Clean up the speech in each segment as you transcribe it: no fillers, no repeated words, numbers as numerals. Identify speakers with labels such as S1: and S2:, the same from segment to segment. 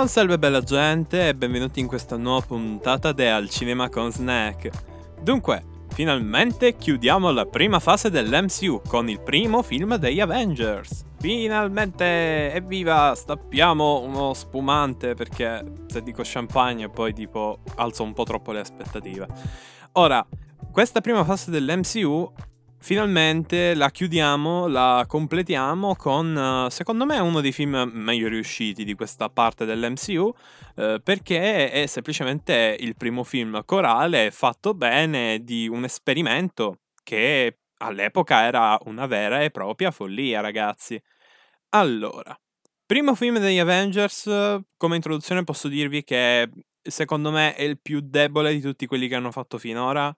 S1: Salve bella gente e benvenuti in questa nuova puntata di Al Cinema con Snack. Dunque, finalmente chiudiamo la prima fase dell'MCU con il primo film degli Avengers. Finalmente, evviva, stappiamo uno spumante perché se dico champagne poi tipo alzo un po' troppo le aspettative. Ora, questa prima fase dell'MCU finalmente la chiudiamo, la completiamo con, secondo me, uno dei film meglio riusciti di questa parte dell'MCU, perché è semplicemente il primo film corale fatto bene di un esperimento che all'epoca era una vera e propria follia, ragazzi. Allora, primo film degli Avengers, come introduzione posso dirvi che secondo me è il più debole di tutti quelli che hanno fatto finora.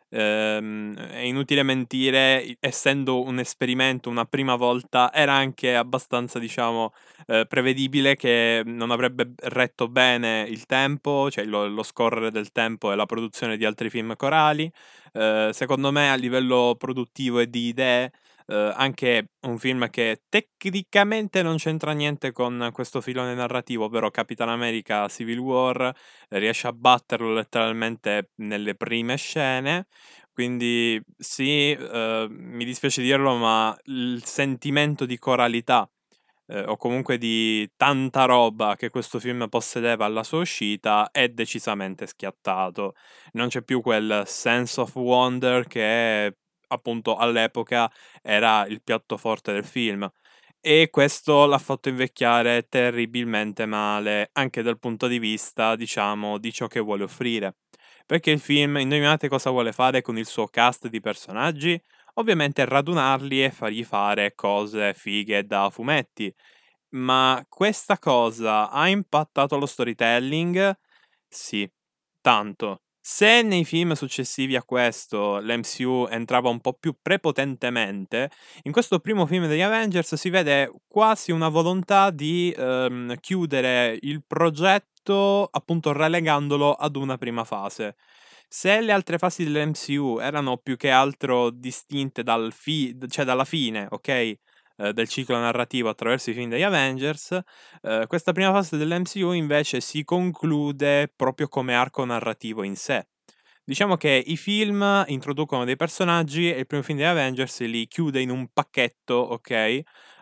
S1: È inutile mentire, essendo un esperimento, una prima volta, era anche abbastanza, diciamo, prevedibile che non avrebbe retto bene il tempo, cioè lo scorrere del tempo e la produzione di altri film corali. Secondo me, a livello produttivo e di idee, anche un film che tecnicamente non c'entra niente con questo filone narrativo, ovvero Capitan America Civil War, riesce a batterlo letteralmente nelle prime scene. Quindi sì, mi dispiace dirlo, ma il sentimento di coralità, o comunque di tanta roba che questo film possedeva alla sua uscita è decisamente schiattato. Non c'è più quel sense of wonder che appunto all'epoca era il piatto forte del film. E questo l'ha fatto invecchiare terribilmente male, anche dal punto di vista, diciamo, di ciò che vuole offrire. Perché il film, indovinate cosa vuole fare con il suo cast di personaggi? Ovviamente radunarli e fargli fare cose fighe da fumetti. Ma questa cosa ha impattato lo storytelling? Sì, tanto. Se nei film successivi a questo l'MCU entrava un po' più prepotentemente, in questo primo film degli Avengers si vede quasi una volontà di chiudere il progetto, appunto relegandolo ad una prima fase. Se le altre fasi dell'MCU erano più che altro distinte cioè dalla fine, ok? Del ciclo narrativo attraverso i film degli Avengers, questa prima fase dell'MCU invece si conclude proprio come arco narrativo in sé. Diciamo che i film introducono dei personaggi e il primo film degli Avengers li chiude in un pacchetto, ok?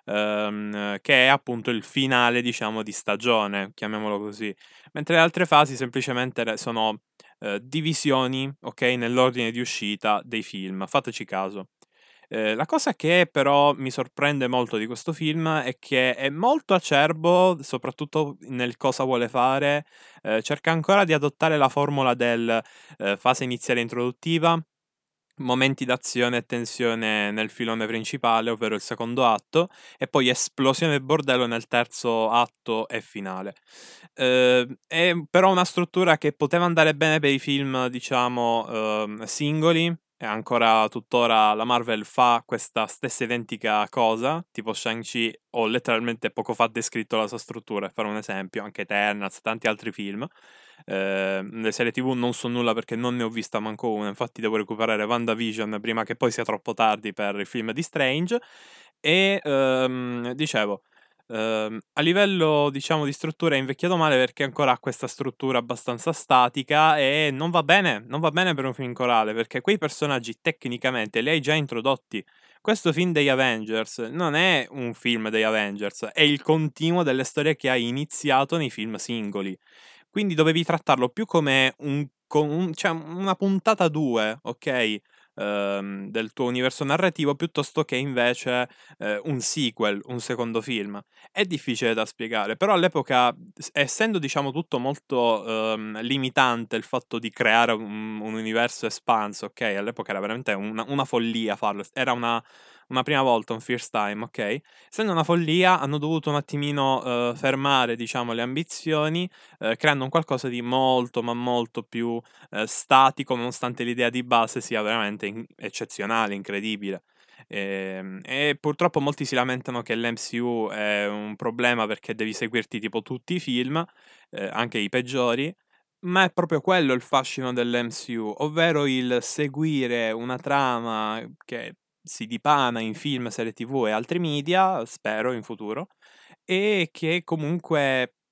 S1: Che è appunto il finale, diciamo, di stagione, chiamiamolo così. Mentre le altre fasi semplicemente sono divisioni, ok? Nell'ordine di uscita dei film. Fateci caso. La cosa che però mi sorprende molto di questo film è che è molto acerbo, soprattutto nel cosa vuole fare, cerca ancora di adottare la formula del, fase iniziale introduttiva, momenti d'azione e tensione nel filone principale, ovvero il secondo atto, e poi esplosione e bordello nel terzo atto e finale. È però una struttura che poteva andare bene per i film, diciamo, singoli, e ancora tuttora la Marvel fa questa stessa identica cosa, tipo Shang-Chi, ho letteralmente poco fa descritto la sua struttura, per fare un esempio, anche Eternals, tanti altri film. Le serie TV non so nulla perché non ne ho vista manco una, infatti devo recuperare WandaVision prima che poi sia troppo tardi per il film di Strange. E dicevo, a livello diciamo di struttura è invecchiato male perché ancora ha questa struttura abbastanza statica e non va bene per un film corale perché quei personaggi tecnicamente li hai già introdotti. Questo film degli Avengers non è un film degli Avengers, è il continuo delle storie che hai iniziato nei film singoli. Quindi dovevi trattarlo più come cioè una puntata 2, okay, del tuo universo narrativo, piuttosto che invece, un sequel, un secondo film. È difficile da spiegare, però all'epoca essendo diciamo tutto molto, limitante il fatto di creare un universo espanso, okay, all'epoca era veramente una follia farlo, era una prima volta, un first time, okay, essendo una follia hanno dovuto un attimino, fermare diciamo le ambizioni, creando un qualcosa di molto, ma molto più, statico, nonostante l'idea di base sia veramente eccezionale, incredibile. E purtroppo molti si lamentano che l'MCU è un problema perché devi seguirti tipo tutti i film, anche i peggiori, ma è proprio quello il fascino dell'MCU, ovvero il seguire una trama che si dipana in film, serie TV e altri media, spero in futuro, e che comunque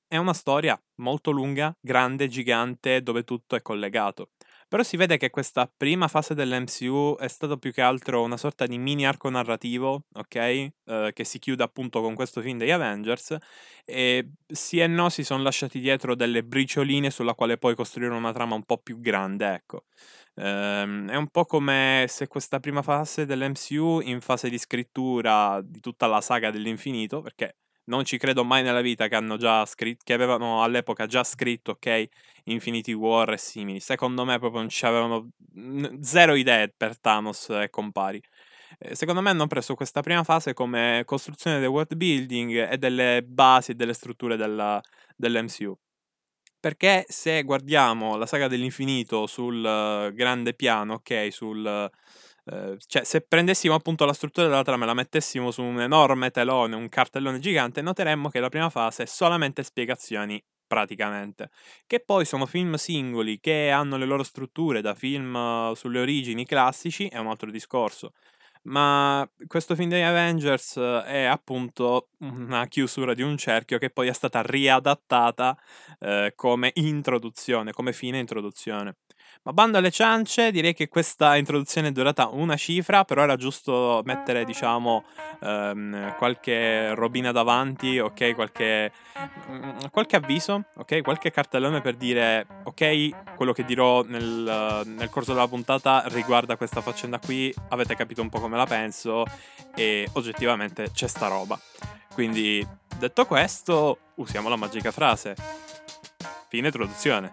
S1: è una storia molto lunga, grande, gigante, dove tutto è collegato. Però si vede che questa prima fase dell'MCU è stato più che altro una sorta di mini arco narrativo, ok? Che si chiude appunto con questo film degli Avengers e sì e no si sono lasciati dietro delle bricioline sulla quale poi costruire una trama un po' più grande, ecco. È un po' come se questa prima fase dell'MCU in fase di scrittura di tutta la saga dell'infinito, perché non ci credo mai nella vita che hanno già scritto, che avevano all'epoca già scritto, ok, Infinity War e simili. Secondo me proprio non ci avevano zero idee per Thanos e compari. Secondo me hanno preso questa prima fase come costruzione del world building e delle basi e delle strutture dell'MCU. Perché se guardiamo la saga dell'infinito sul grande piano, ok, cioè se prendessimo appunto la struttura della trama e la mettessimo su un enorme telone, un cartellone gigante, noteremmo che la prima fase è solamente spiegazioni, praticamente. Che poi sono film singoli che hanno le loro strutture da film sulle origini classici, è un altro discorso. Ma questo film degli Avengers è appunto una chiusura di un cerchio che poi è stata riadattata come introduzione, come fine introduzione. Ma bando alle ciance, direi che questa introduzione è durata una cifra, però era giusto mettere, diciamo, qualche robina davanti, ok? Qualche avviso, ok? Qualche cartellone per dire, ok, quello che dirò nel corso della puntata riguarda questa faccenda qui, avete capito un po' come la penso e oggettivamente c'è sta roba. Quindi, detto questo, usiamo la magica frase. Fine introduzione.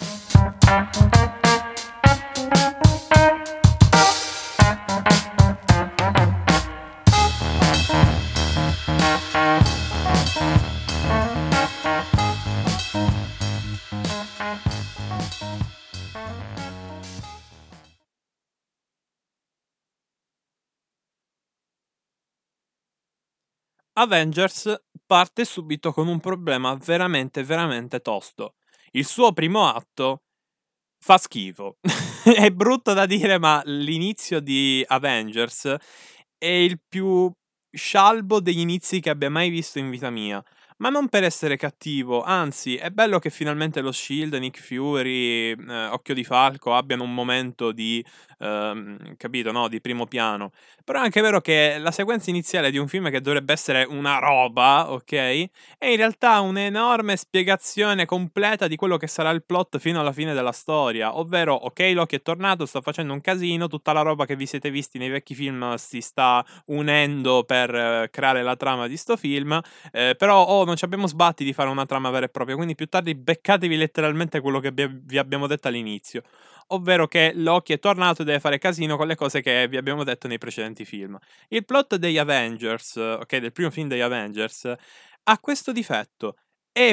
S1: Avengers parte subito con un problema veramente, veramente tosto. Il suo primo atto fa schifo. È brutto da dire, ma l'inizio di Avengers è il più scialbo degli inizi che abbia mai visto in vita mia. Ma non per essere cattivo, anzi, è bello che finalmente lo Shield, Nick Fury, Occhio di Falco abbiano un momento di, capito, no? Di primo piano. Però è anche vero che la sequenza iniziale di un film che dovrebbe essere una roba, ok? È in realtà un'enorme spiegazione completa di quello che sarà il plot fino alla fine della storia, ovvero, ok, Loki è tornato, sta facendo un casino, tutta la roba che vi siete visti nei vecchi film si sta unendo per creare la trama di sto film, però, oh, non ci abbiamo sbatti di fare una trama vera e propria, quindi più tardi beccatevi letteralmente quello che vi abbiamo detto all'inizio. Ovvero che Loki è tornato e deve fare casino con le cose che vi abbiamo detto nei precedenti film. Il plot degli Avengers, ok, del primo film degli Avengers, ha questo difetto. È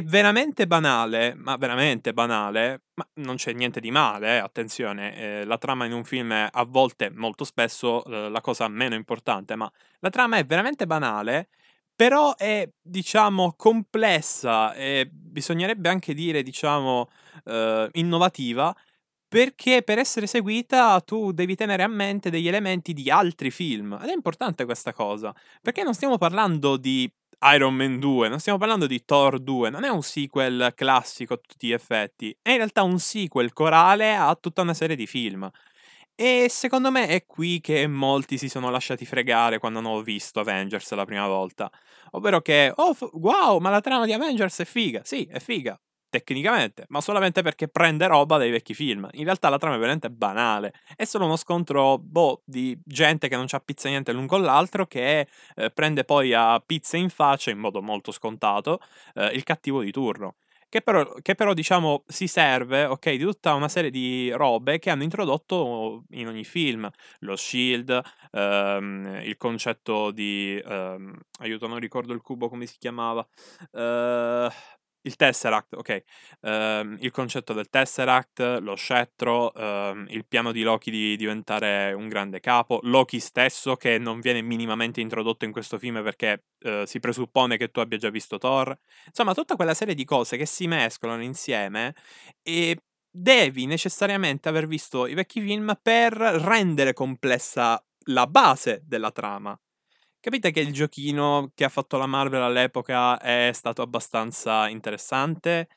S1: veramente banale, ma non c'è niente di male, attenzione, la trama in un film è a volte, molto spesso, la cosa meno importante, ma la trama è veramente banale, però è, diciamo, complessa e bisognerebbe anche dire, diciamo, innovativa, perché per essere seguita tu devi tenere a mente degli elementi di altri film. Ed è importante questa cosa, perché non stiamo parlando di Iron Man 2, non stiamo parlando di Thor 2, non è un sequel classico a tutti gli effetti, è in realtà un sequel corale a tutta una serie di film. E secondo me è qui che molti si sono lasciati fregare quando hanno visto Avengers la prima volta. Ovvero che, oh, wow, ma la trama di Avengers è figa. Sì, è figa, tecnicamente, ma solamente perché prende roba dai vecchi film. In realtà la trama è veramente banale. È solo uno scontro, boh, di gente che non c'ha pizza niente l'un con l'altro, che prende poi a pizza in faccia, in modo molto scontato, il cattivo di turno. Che però, diciamo, si serve, ok, di tutta una serie di robe che hanno introdotto in ogni film. Lo Shield, il concetto di... aiuto, non ricordo il cubo come si chiamava. Eh, il Tesseract, ok. Il concetto del Tesseract, lo scettro, il piano di Loki di diventare un grande capo, Loki stesso che non viene minimamente introdotto in questo film perché si presuppone che tu abbia già visto Thor. Insomma, tutta quella serie di cose che si mescolano insieme e devi necessariamente aver visto i vecchi film per rendere complessa la base della trama. Capite che il giochino che ha fatto la Marvel all'epoca è stato abbastanza interessante?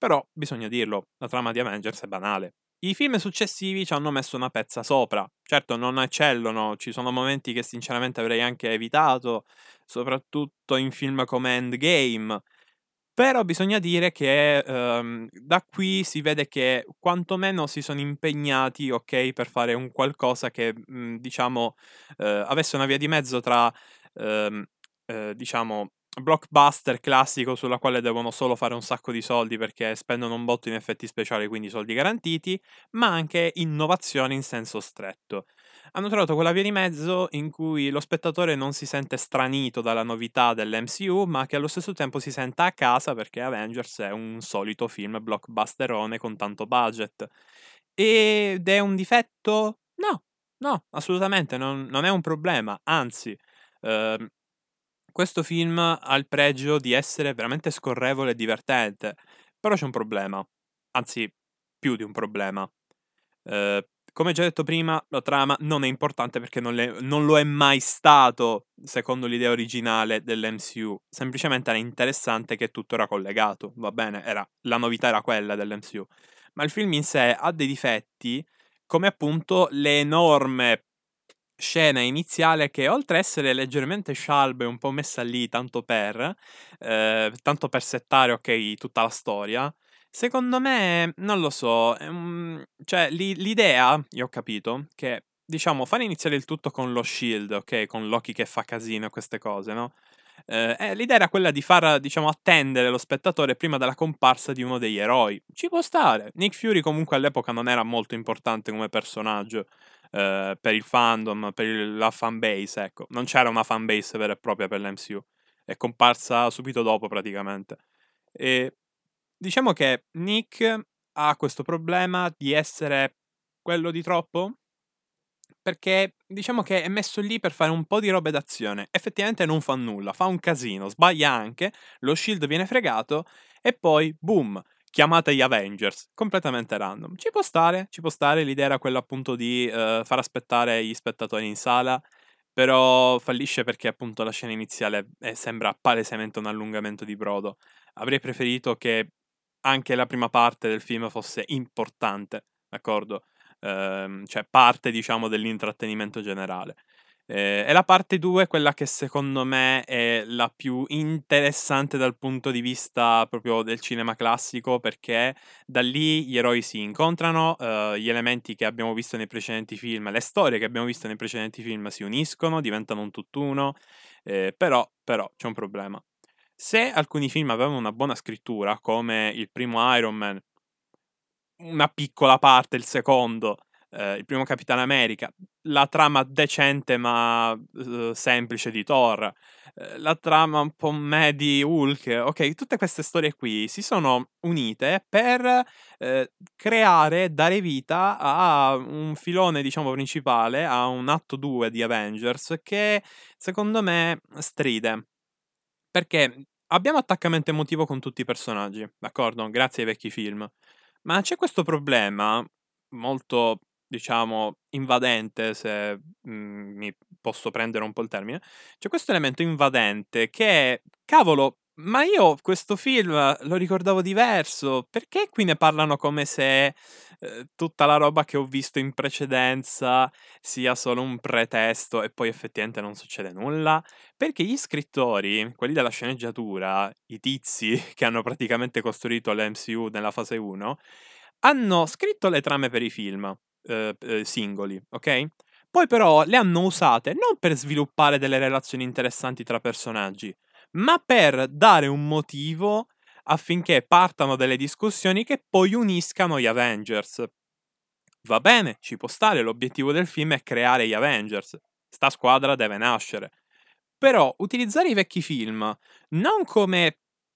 S1: Però, bisogna dirlo, la trama di Avengers è banale. I film successivi ci hanno messo una pezza sopra. Certo, non eccellono, ci sono momenti che sinceramente avrei anche evitato, soprattutto in film come Endgame. Però bisogna dire che, da qui si vede che quantomeno si sono impegnati, okay, per fare un qualcosa che, diciamo, avesse una via di mezzo tra, ehm, diciamo, blockbuster classico sulla quale devono solo fare un sacco di soldi perché spendono un botto in effetti speciali, quindi soldi garantiti, ma anche innovazione in senso stretto. Hanno trovato quella via di mezzo in cui lo spettatore non si sente stranito dalla novità dell'MCU, ma che allo stesso tempo si senta a casa perché Avengers è un solito film blockbusterone con tanto budget. Ed è un difetto? No, no, assolutamente, non è un problema. Anzi, ehm, questo film ha il pregio di essere veramente scorrevole e divertente. Però c'è un problema, anzi, più di un problema. Ehm, come già detto prima, la trama non è importante perché non lo è mai stato, secondo l'idea originale dell'MCU. Semplicemente era interessante che tutto era collegato, va bene, la novità era quella dell'MCU. Ma il film in sé ha dei difetti, come appunto l'enorme scena iniziale che oltre a essere leggermente scialba e un po' messa lì tanto per settare, okay, tutta la storia, secondo me, non lo so, cioè l'idea, io ho capito, che diciamo fare iniziare il tutto con lo Shield, okay, con Loki che fa casino e queste cose, no, l'idea era quella di far, diciamo, attendere lo spettatore prima della comparsa di uno degli eroi. Ci può stare. Nick Fury comunque all'epoca non era molto importante come personaggio, per il fandom, per la fanbase, ecco. Non c'era una fanbase vera e propria per l'MCU. È comparsa subito dopo praticamente. E diciamo che Nick ha questo problema di essere quello di troppo? Perché diciamo che è messo lì per fare un po' di robe d'azione. Effettivamente non fa nulla, fa un casino, sbaglia anche, lo Shield viene fregato e poi boom, chiamata gli Avengers, completamente random. Ci può stare, l'idea era quella appunto di, far aspettare gli spettatori in sala, però fallisce perché appunto la scena iniziale, sembra palesemente un allungamento di brodo. Avrei preferito che anche la prima parte del film fosse importante, d'accordo? Cioè parte diciamo dell'intrattenimento generale. E la parte 2 è quella che secondo me è la più interessante dal punto di vista proprio del cinema classico, perché da lì gli eroi si incontrano, gli elementi che abbiamo visto nei precedenti film, le storie che abbiamo visto nei precedenti film si uniscono, diventano un tutt'uno, però c'è un problema. Se alcuni film avevano una buona scrittura, come il primo Iron Man, una piccola parte il secondo, il primo Capitan America, la trama decente ma, semplice di Thor, la trama un po' meh di Hulk, okay, tutte queste storie qui si sono unite per, creare, dare vita a un filone, diciamo, principale, a un atto 2 di Avengers che secondo me stride. Perché abbiamo attaccamento emotivo con tutti i personaggi, d'accordo? Grazie ai vecchi film. Ma c'è questo problema, molto, diciamo, invadente, se, mi posso prendere un po' il termine, c'è questo elemento invadente che, cavolo, ma io questo film lo ricordavo diverso, perché qui ne parlano come se, tutta la roba che ho visto in precedenza sia solo un pretesto e poi effettivamente non succede nulla? Perché gli scrittori, quelli della sceneggiatura, i tizi che hanno praticamente costruito l'MCU nella fase 1, hanno scritto le trame per i film, singoli, okay, poi però le hanno usate non per sviluppare delle relazioni interessanti tra personaggi, ma per dare un motivo affinché partano delle discussioni che poi uniscano gli Avengers. Va bene, ci può stare, l'obiettivo del film è creare gli Avengers. Sta squadra deve nascere. Però utilizzare i vecchi film non come,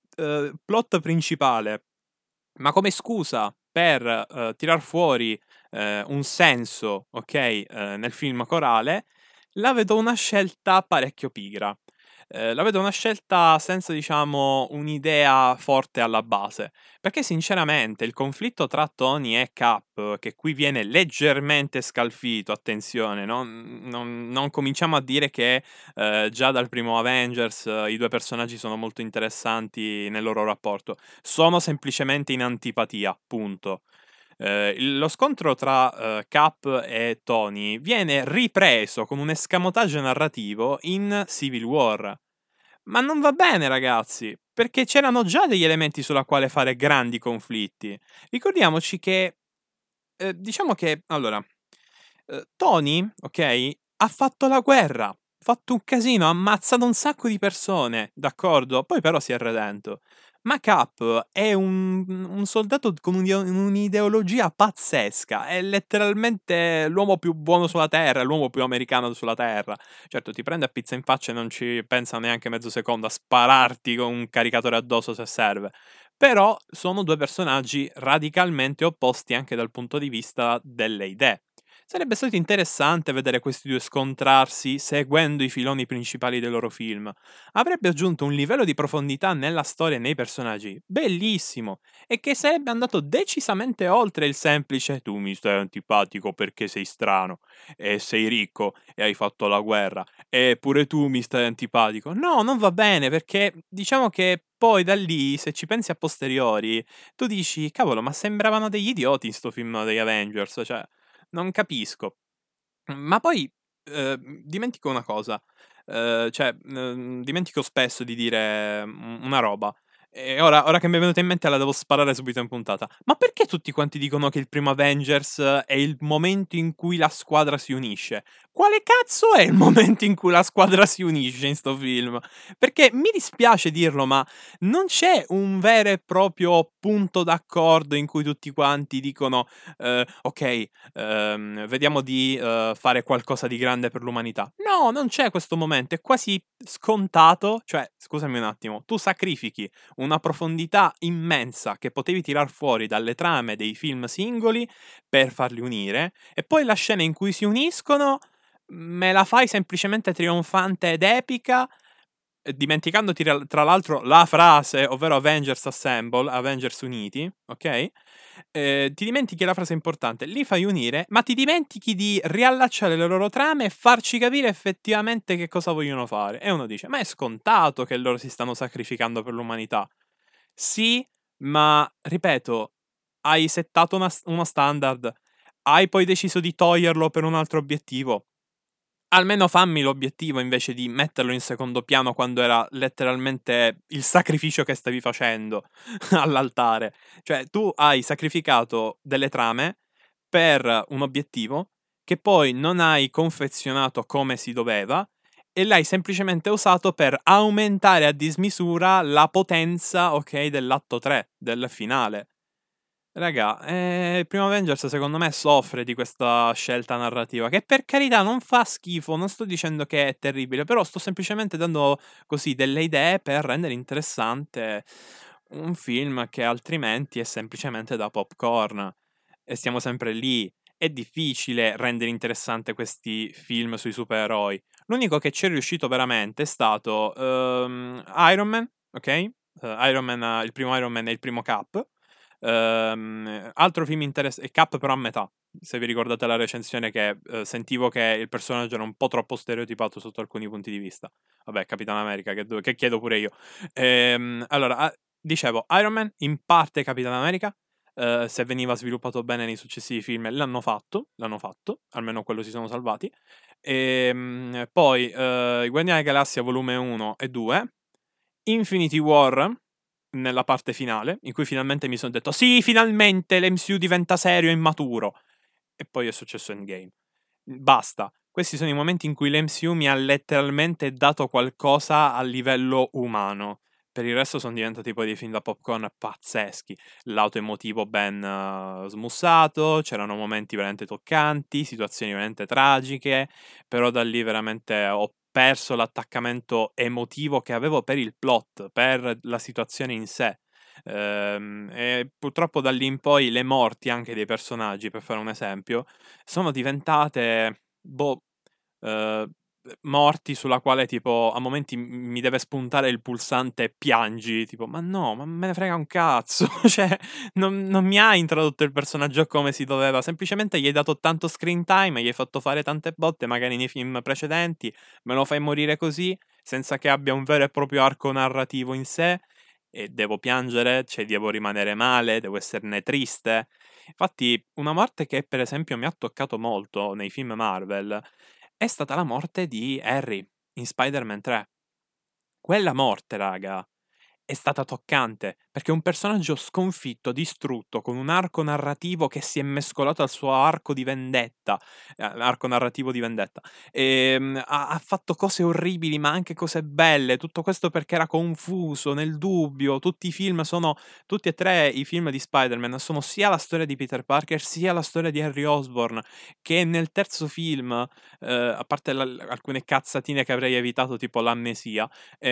S1: plot principale, ma come scusa per, tirar fuori, un senso, okay, nel film corale, la vedo una scelta parecchio pigra. La vedo una scelta senza, diciamo, un'idea forte alla base, perché sinceramente il conflitto tra Tony e Cap, che qui viene leggermente scalfito, attenzione, non cominciamo a dire che, già dal primo Avengers i 2 personaggi sono molto interessanti nel loro rapporto. Sono semplicemente in antipatia, punto. Lo scontro tra, Cap e Tony viene ripreso con un escamotage narrativo in Civil War. Ma non va bene ragazzi, perché c'erano già degli elementi sulla quale fare grandi conflitti. Ricordiamoci che, diciamo che allora, Tony, okay, ha fatto la guerra, fatto un casino, ha ammazzato un sacco di persone, d'accordo, poi però si è redento. Ma Cap è un soldato con un'ideologia pazzesca, è letteralmente l'uomo più buono sulla terra, l'uomo più americano sulla terra. Certo, ti prende a pizza in faccia e non ci pensa neanche mezzo secondo a spararti con un caricatore addosso se serve. Però sono 2 personaggi radicalmente opposti anche dal punto di vista delle idee. Sarebbe stato interessante vedere questi 2 scontrarsi seguendo i filoni principali dei loro film. Avrebbe aggiunto un livello di profondità nella storia e nei personaggi bellissimo e che sarebbe andato decisamente oltre il semplice "tu mi stai antipatico perché sei strano e sei ricco e hai fatto la guerra e pure tu mi stai antipatico". No, non va bene perché diciamo che poi da lì, se ci pensi a posteriori, tu dici: "Cavolo, ma sembravano degli idioti in 'sto film degli Avengers", cioè non capisco. Ma poi, dimentico una cosa, cioè, dimentico spesso di dire, una roba, e ora che mi è venuta in mente la devo sparare subito in puntata. Ma perché tutti quanti dicono che il primo Avengers è il momento in cui la squadra si unisce? Quale cazzo è il momento in cui la squadra si unisce in 'sto film? Perché mi dispiace dirlo, ma non c'è un vero e proprio punto d'accordo in cui tutti quanti dicono, "Okay, vediamo di, fare qualcosa di grande per l'umanità". No, non c'è questo momento, è quasi scontato, cioè scusami un attimo, tu sacrifichi una profondità immensa che potevi tirar fuori dalle trame dei film singoli per farli unire, e poi la scena in cui si uniscono me la fai semplicemente trionfante ed epica, dimenticandoti tra l'altro la frase, ovvero Avengers Assemble, Avengers uniti, okay, ti dimentichi la frase importante, li fai unire, ma ti dimentichi di riallacciare le loro trame e farci capire effettivamente che cosa vogliono fare. E uno dice: "Ma è scontato che loro si stanno sacrificando per l'umanità". Sì, ma ripeto, hai settato uno standard, hai poi deciso di toglierlo per un altro obiettivo. Almeno fammi l'obiettivo invece di metterlo in secondo piano quando era letteralmente il sacrificio che stavi facendo all'altare. Cioè, tu hai sacrificato delle trame per un obiettivo che poi non hai confezionato come si doveva e l'hai semplicemente usato per aumentare a dismisura la potenza, ok, dell'atto 3, del finale. Raga, il primo Avengers secondo me soffre di questa scelta narrativa, che per carità non fa schifo, non sto dicendo che è terribile, però sto semplicemente dando così delle idee per rendere interessante un film che altrimenti è semplicemente da popcorn. E stiamo sempre lì. È difficile rendere interessante questi film sui supereroi. L'unico che ci è riuscito veramente è stato Iron Man, ok? Iron Man, il primo Iron Man e il primo Cap. Altro film e Cap però a metà. Se vi ricordate la recensione che, sentivo che il personaggio era un po' troppo stereotipato sotto alcuni punti di vista. Vabbè, Capitan America che chiedo pure io. Allora, dicevo, Iron Man, in parte Capitan America, se veniva sviluppato bene nei successivi film l'hanno fatto, almeno quello si sono salvati. Poi, i Guardiani della Galassia volume 1 e 2, Infinity War nella parte finale, in cui finalmente mi son detto: "Sì, finalmente l'MCU diventa serio e maturo". E poi è successo Endgame. Basta. Questi sono i momenti in cui l'MCU mi ha letteralmente dato qualcosa a livello umano. Per il resto son diventati poi dei film da popcorn pazzeschi. Lato emotivo ben smussato, c'erano momenti veramente toccanti, situazioni veramente tragiche, però da lì veramente ho perso l'attaccamento emotivo che avevo per il plot, per la situazione in sé. E purtroppo da lì in poi le morti anche dei personaggi, per fare un esempio, sono diventate, boh, ehm, morti sulla quale tipo a momenti mi deve spuntare il pulsante piangi, tipo ma no, ma me ne frega un cazzo, cioè non mi ha introdotto il personaggio come si doveva, semplicemente gli hai dato tanto screen time, gli hai fatto fare tante botte magari nei film precedenti, me lo fai morire così, senza che abbia un vero e proprio arco narrativo in sé, e devo piangere, cioè devo rimanere male, devo esserne triste. Infatti, una morte che per esempio mi ha toccato molto nei film Marvel è stata la morte di Harry in Spider-Man 3. Quella morte, raga, è stata toccante, perché un personaggio sconfitto, distrutto, con un arco narrativo che si è mescolato al suo arco di vendetta, arco narrativo di vendetta, ha fatto cose orribili, ma anche cose belle, tutto questo perché era confuso, nel dubbio, tutti e tre i film di Spider-Man sono sia la storia di Peter Parker, sia la storia di Harry Osborn, che nel terzo film, a parte alcune cazzatine che avrei evitato, tipo l'amnesia,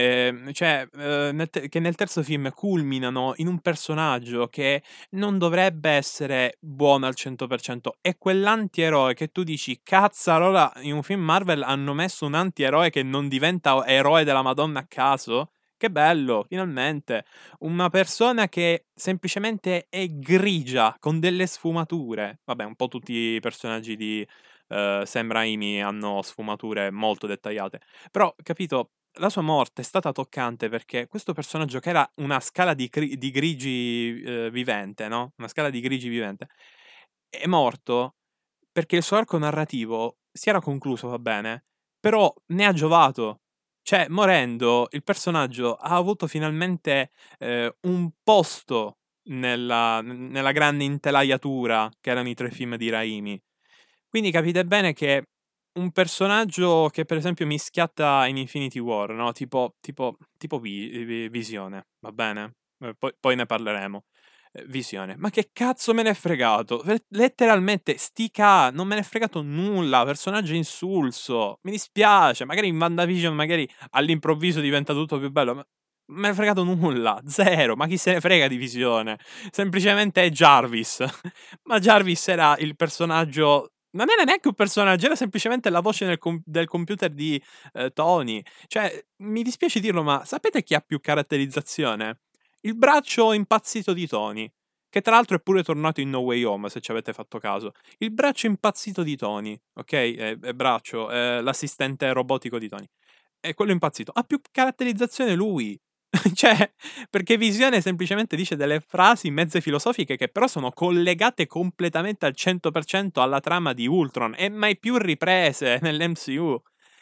S1: che nel terzo film culminano in un personaggio che non dovrebbe essere buono al 100%. È quell'antieroe che tu dici: "Cazzarola, in un film Marvel hanno messo un antieroe che non diventa eroe della Madonna a caso? Che bello, finalmente. Una persona che semplicemente è grigia, con delle sfumature". Vabbè, un po' tutti i personaggi di, Sam Raimi hanno sfumature molto dettagliate. Però, capito, la sua morte è stata toccante perché questo personaggio che era una scala di grigi, vivente, no, una scala di grigi vivente, è morto perché il suo arco narrativo si era concluso, va bene, però ne ha giovato. Cioè, morendo, il personaggio ha avuto finalmente, un posto nella grande intelaiatura che erano i 3 film di Raimi. Quindi capite bene che un personaggio che per esempio mi schiatta in Infinity War, no, tipo Visione, va bene? Poi ne parleremo. Visione. Ma che cazzo me ne è fregato? Letteralmente, non me ne è fregato nulla, personaggio insulso. Mi dispiace, magari in WandaVision magari all'improvviso diventa tutto più bello, ma me ne è fregato nulla, 0, ma chi se ne frega di Visione? Semplicemente è Jarvis. Ma Jarvis era il personaggio, non era neanche un personaggio, era semplicemente la voce del computer di, Tony. Cioè, mi dispiace dirlo, ma sapete chi ha più caratterizzazione? Il braccio impazzito di Tony, che tra l'altro è pure tornato in No Way Home, se ci avete fatto caso. Il braccio impazzito di Tony, okay, braccio, l'assistente robotico di Tony. È quello impazzito. Ha più caratterizzazione lui. Cioè, perché Visione semplicemente dice delle frasi mezze filosofiche che però sono collegate completamente al 100% alla trama di Ultron e mai più riprese nell'MCU.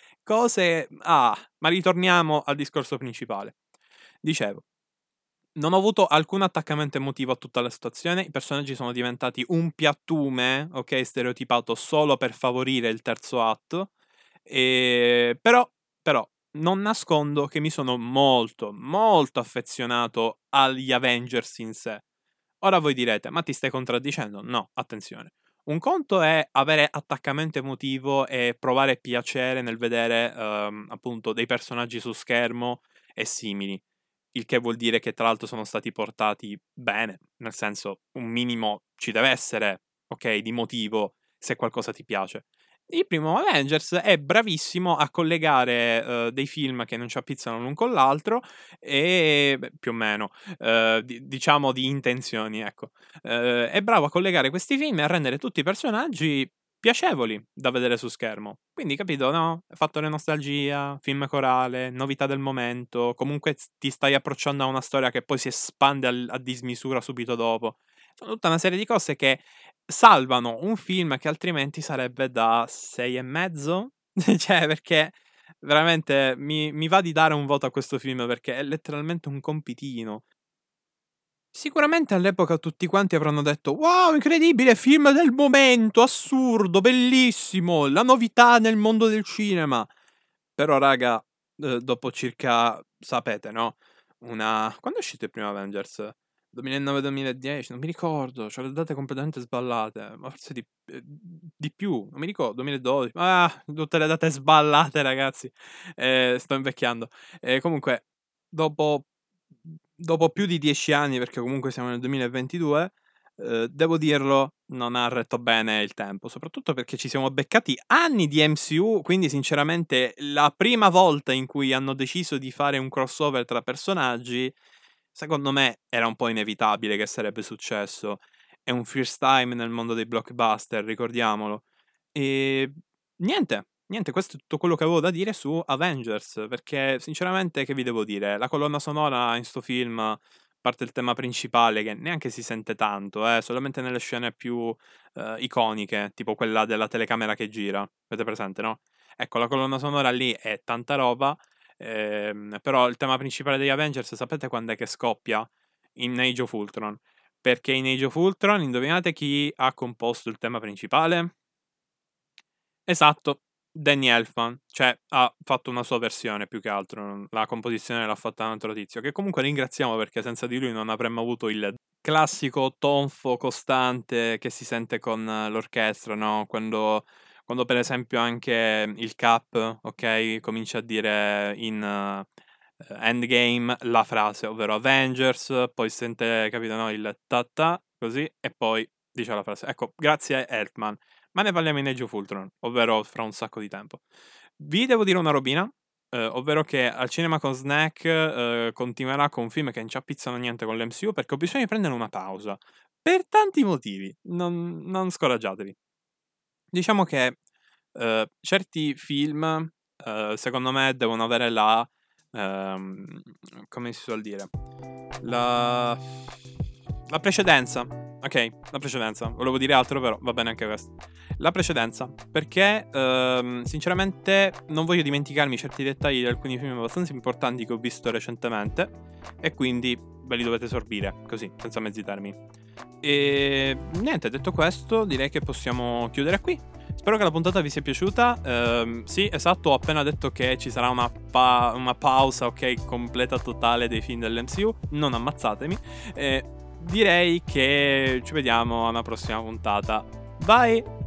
S1: Ma ritorniamo al discorso principale. Dicevo, non ho avuto alcun attaccamento emotivo a tutta la situazione, i personaggi sono diventati un piattume, ok, stereotipato solo per favorire il terzo atto, però, non nascondo che mi sono molto, molto affezionato agli Avengers in sé. Ora voi direte, ma ti stai contraddicendo? No, attenzione. Un conto è avere attaccamento emotivo e provare piacere nel vedere, appunto, dei personaggi su schermo e simili. Il che vuol dire che tra l'altro sono stati portati bene, nel senso un minimo ci deve essere, ok, di motivo se qualcosa ti piace. Il primo Avengers è bravissimo a collegare dei film che non ci appizzano l'un con l'altro e beh, più o meno, diciamo di intenzioni, ecco. È bravo a collegare questi film e a rendere tutti i personaggi piacevoli da vedere su schermo. Quindi, capito, no? Fattore nostalgia, film corale, novità del momento. Comunque ti stai approcciando a una storia che poi si espande a dismisura subito dopo. Sono tutta una serie di cose che salvano un film che altrimenti sarebbe da 6 e mezzo. Cioè, perché veramente mi va di dare un voto a questo film perché è letteralmente un compitino. Sicuramente all'epoca tutti quanti avranno detto: "Wow, incredibile, film del momento, assurdo, bellissimo, la novità nel mondo del cinema". Però raga, dopo circa sapete, no, quando è uscito il primo Avengers? 2009, 2010? Non mi ricordo, c'ho le date completamente sballate, ma forse di più, non mi ricordo, 2012. Tutte le date sballate ragazzi. Sto invecchiando. Comunque dopo più di 10 anni, perché comunque siamo nel 2022, devo dirlo, non ha retto bene il tempo, soprattutto perché ci siamo beccati anni di MCU, quindi sinceramente la prima volta in cui hanno deciso di fare un crossover tra personaggi, secondo me era un po' inevitabile che sarebbe successo. È un first time nel mondo dei blockbuster, ricordiamolo. E niente, questo è tutto quello che avevo da dire su Avengers, perché sinceramente che vi devo dire, la colonna sonora in sto film, a parte il tema principale che neanche si sente tanto, solamente nelle scene più iconiche, tipo quella della telecamera che gira, avete presente, no? Ecco, la colonna sonora lì è tanta roba, però il tema principale degli Avengers, sapete quando è che scoppia? In Age of Ultron. Perché in Age of Ultron, indovinate chi ha composto il tema principale? Esatto, Danny Elfman, cioè ha fatto una sua versione più che altro, la composizione l'ha fatta un altro tizio, che comunque ringraziamo perché senza di lui non avremmo avuto il classico tonfo costante che si sente con l'orchestra, no? Quando per esempio anche il Cap, ok, comincia a dire in Endgame la frase, ovvero Avengers, poi si sente, capito, no? Il ta-ta, così, e poi dice la frase. Ecco, grazie a Elfman. Ma ne parliamo in Age of Ultron, ovvero fra un sacco di tempo. Vi devo dire una robina, ovvero che al cinema con Snack continuerà con film che non ci appizzano niente con l'MCU perché ho bisogno di prendere una pausa. Per tanti motivi, non scoraggiatevi. Diciamo che certi film, secondo me, devono avere come si suol dire? La precedenza. Ok, la precedenza. Volevo dire altro, però va bene anche questo. La precedenza, perché sinceramente non voglio dimenticarmi certi dettagli di alcuni film abbastanza importanti che ho visto recentemente e quindi ve li dovete sorbire, così, senza mezzi termini. E niente, detto questo, direi che possiamo chiudere qui. Spero che la puntata vi sia piaciuta. Sì, esatto, ho appena detto che ci sarà una pausa, ok, completa totale dei film dell'MCU. Non ammazzatemi. Direi che ci vediamo alla prossima puntata. Bye!